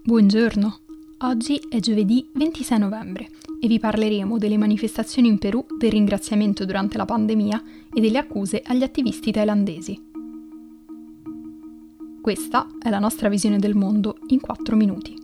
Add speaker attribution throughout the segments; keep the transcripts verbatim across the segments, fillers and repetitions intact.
Speaker 1: Buongiorno, oggi è giovedì ventisei novembre e vi parleremo delle manifestazioni in Perù del ringraziamento durante la pandemia e delle accuse agli attivisti thailandesi. Questa è la nostra visione del mondo in quattro minuti.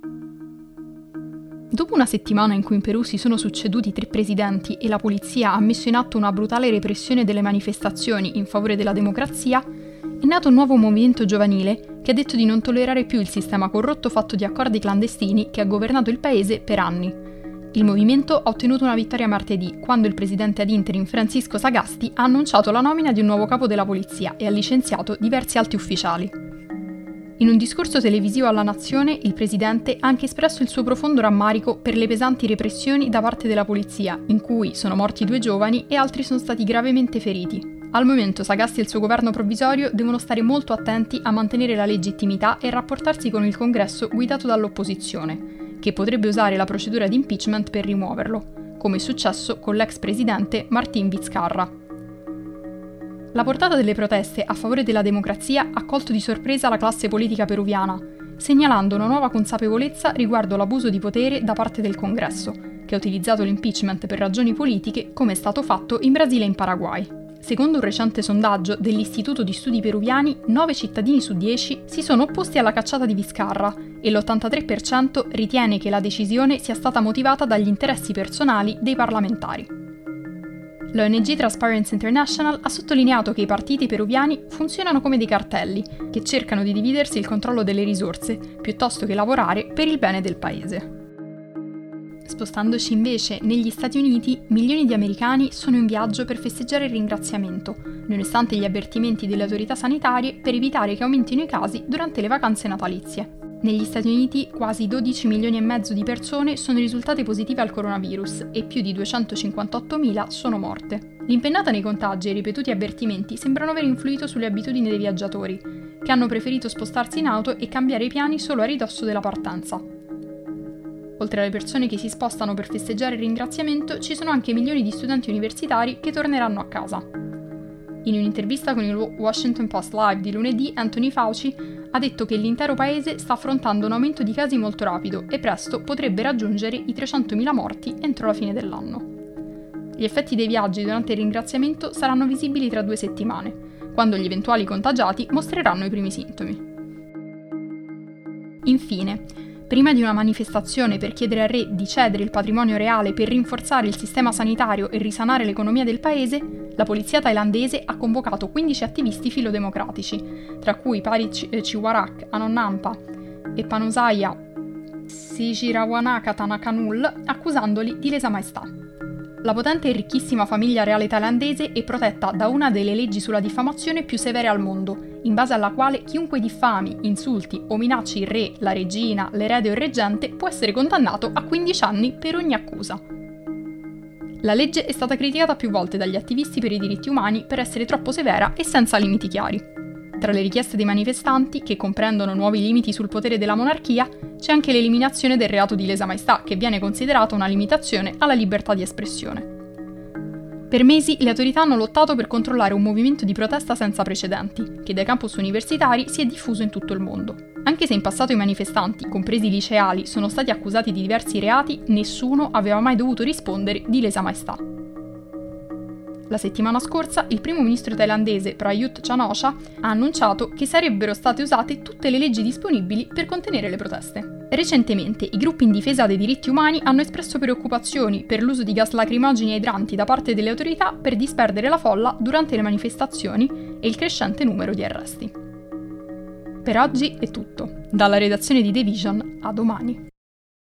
Speaker 1: Dopo una settimana in cui in Perù si sono succeduti tre presidenti e la polizia ha messo in atto una brutale repressione delle manifestazioni in favore della democrazia, è nato un nuovo movimento giovanile che ha detto di non tollerare più il sistema corrotto fatto di accordi clandestini che ha governato il paese per anni. Il movimento ha ottenuto una vittoria martedì, quando il presidente ad interim Francisco Sagasti ha annunciato la nomina di un nuovo capo della polizia e ha licenziato diversi alti ufficiali. In un discorso televisivo alla nazione, il presidente ha anche espresso il suo profondo rammarico per le pesanti repressioni da parte della polizia, in cui sono morti due giovani e altri sono stati gravemente feriti. Al momento Sagasti e il suo governo provvisorio devono stare molto attenti a mantenere la legittimità e rapportarsi con il congresso guidato dall'opposizione, che potrebbe usare la procedura di impeachment per rimuoverlo, come è successo con l'ex presidente Martín Vizcarra. La portata delle proteste a favore della democrazia ha colto di sorpresa la classe politica peruviana, segnalando una nuova consapevolezza riguardo l'abuso di potere da parte del congresso, che ha utilizzato l'impeachment per ragioni politiche, come è stato fatto in Brasile e in Paraguay. Secondo un recente sondaggio dell'Istituto di Studi Peruviani, nove cittadini su dieci si sono opposti alla cacciata di Vizcarra e l'ottantatré per cento ritiene che la decisione sia stata motivata dagli interessi personali dei parlamentari. L'O N G Transparency International ha sottolineato che i partiti peruviani funzionano come dei cartelli, che cercano di dividersi il controllo delle risorse, piuttosto che lavorare per il bene del paese. Spostandoci invece negli Stati Uniti, milioni di americani sono in viaggio per festeggiare il ringraziamento, nonostante gli avvertimenti delle autorità sanitarie per evitare che aumentino i casi durante le vacanze natalizie. Negli Stati Uniti quasi dodici milioni e mezzo di persone sono risultate positive al coronavirus e più di duecentocinquantottomila sono morte. L'impennata nei contagi e i ripetuti avvertimenti sembrano aver influito sulle abitudini dei viaggiatori, che hanno preferito spostarsi in auto e cambiare i piani solo a ridosso della partenza. Oltre alle persone che si spostano per festeggiare il ringraziamento, ci sono anche milioni di studenti universitari che torneranno a casa. In un'intervista con il Washington Post Live di lunedì, Anthony Fauci ha detto che l'intero paese sta affrontando un aumento di casi molto rapido e presto potrebbe raggiungere i trecentomila morti entro la fine dell'anno. Gli effetti dei viaggi durante il ringraziamento saranno visibili tra due settimane, quando gli eventuali contagiati mostreranno i primi sintomi. Infine, prima di una manifestazione per chiedere al re di cedere il patrimonio reale per rinforzare il sistema sanitario e risanare l'economia del paese, la polizia thailandese ha convocato quindici attivisti filodemocratici, tra cui Parich Chiwarak Anonnampa e Panusaya Sijirawanaka Thanakanul, accusandoli di lesa maestà. La potente e ricchissima famiglia reale thailandese è protetta da una delle leggi sulla diffamazione più severe al mondo, in base alla quale chiunque diffami, insulti o minacci il re, la regina, l'erede o il reggente può essere condannato a quindici anni per ogni accusa. La legge è stata criticata più volte dagli attivisti per i diritti umani per essere troppo severa e senza limiti chiari. Tra le richieste dei manifestanti, che comprendono nuovi limiti sul potere della monarchia, c'è anche l'eliminazione del reato di lesa maestà, che viene considerato una limitazione alla libertà di espressione. Per mesi le autorità hanno lottato per controllare un movimento di protesta senza precedenti, che dai campus universitari si è diffuso in tutto il mondo. Anche se in passato i manifestanti, compresi i liceali, sono stati accusati di diversi reati, nessuno aveva mai dovuto rispondere di lesa maestà. La settimana scorsa il primo ministro thailandese Prayut Chan-o-cha ha annunciato che sarebbero state usate tutte le leggi disponibili per contenere le proteste. Recentemente i gruppi in difesa dei diritti umani hanno espresso preoccupazioni per l'uso di gas lacrimogeni e idranti da parte delle autorità per disperdere la folla durante le manifestazioni e il crescente numero di arresti. Per oggi è tutto. Dalla redazione di The Vision, a domani.